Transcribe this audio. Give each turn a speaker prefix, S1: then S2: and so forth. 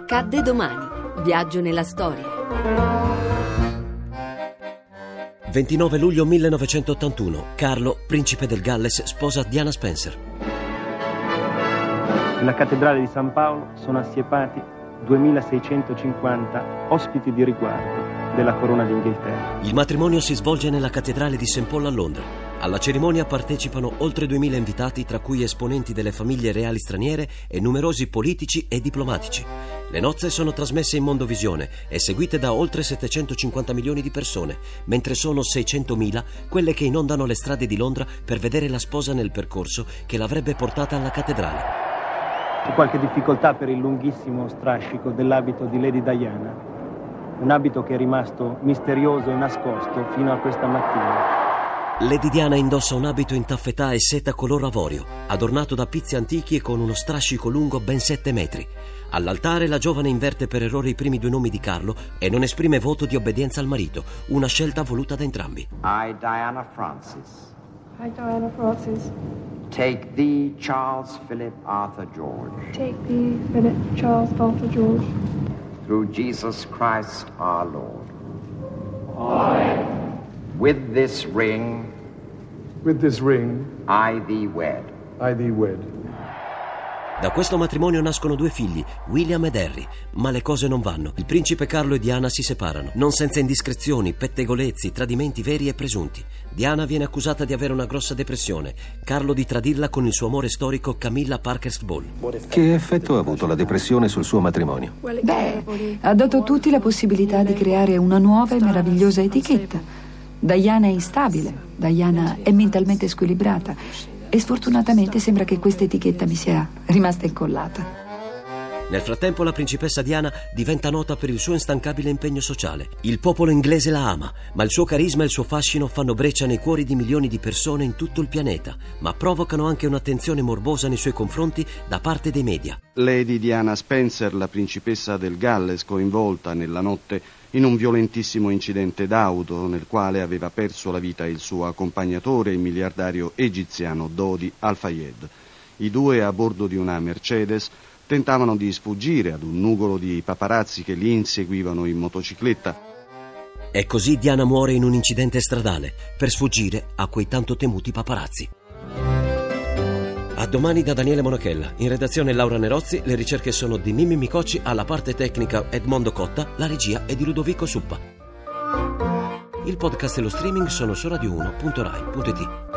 S1: Accadde domani. Viaggio nella storia.
S2: 29 luglio 1981. Carlo, principe del Galles, sposa Diana Spencer.
S3: Nella cattedrale di San Paolo sono assiepati 2650 ospiti di riguardo della corona d'Inghilterra.
S2: Il matrimonio si svolge nella cattedrale di St. Paul a Londra. Alla cerimonia partecipano oltre 2000 invitati, tra cui esponenti delle famiglie reali straniere e numerosi politici e diplomatici. Le nozze sono trasmesse in mondovisione e seguite da oltre 750 milioni di persone, mentre sono 600.000 quelle che inondano le strade di Londra per vedere la sposa nel percorso che l'avrebbe portata alla cattedrale.
S3: C'è qualche difficoltà per il lunghissimo strascico dell'abito di Lady Diana, un abito che è rimasto misterioso e nascosto fino a questa mattina.
S2: Lady Diana indossa un abito in taffetà e seta color avorio, adornato da pizzi antichi e con uno strascico lungo ben 7 metri. All'altare la giovane inverte per errore i primi 2 nomi di Carlo e non esprime voto di obbedienza al marito, una scelta voluta da entrambi.
S4: I, Diana Francis.
S5: I, Diana Francis.
S4: Take thee, Charles Philip Arthur George.
S5: Take thee, Philip Charles Arthur George.
S4: Through Jesus Christ our Lord.
S5: Amen.
S4: With this ring.
S6: With this ring.
S4: I thee wed.
S6: I thee wed.
S2: Da questo matrimonio nascono 2 figli, William ed Harry, ma le cose non vanno. Il principe Carlo e Diana si separano, non senza indiscrezioni, pettegolezzi, tradimenti veri e presunti. Diana viene accusata di avere una grossa depressione, Carlo di tradirla con il suo amore storico Camilla Parkhurst Ball.
S7: Che effetto ha avuto la depressione sul suo matrimonio?
S8: Ha dato a tutti la possibilità di creare una nuova e meravigliosa etichetta. Diana è instabile, Diana è mentalmente squilibrata e sfortunatamente sembra che questa etichetta mi sia rimasta incollata.
S2: Nel frattempo la principessa Diana diventa nota per il suo instancabile impegno sociale. Il popolo inglese la ama, ma il suo carisma e il suo fascino fanno breccia nei cuori di milioni di persone in tutto il pianeta, ma provocano anche un'attenzione morbosa nei suoi confronti da parte dei media.
S9: Lady Diana Spencer, la principessa del Galles, coinvolta nella notte in un violentissimo incidente d'auto nel quale aveva perso la vita il suo accompagnatore, il miliardario egiziano Dodi Al-Fayed. I 2, a bordo di una Mercedes, tentavano di sfuggire ad un nugolo di paparazzi che li inseguivano in motocicletta.
S2: E così Diana muore in un incidente stradale per sfuggire a quei tanto temuti paparazzi. A domani da Daniele Monachella. In redazione Laura Nerozzi, le ricerche sono di Mimmi Micocci, alla parte tecnica Edmondo Cotta, la regia è di Ludovico Suppa. Il podcast e lo streaming sono su radio1.rai.it.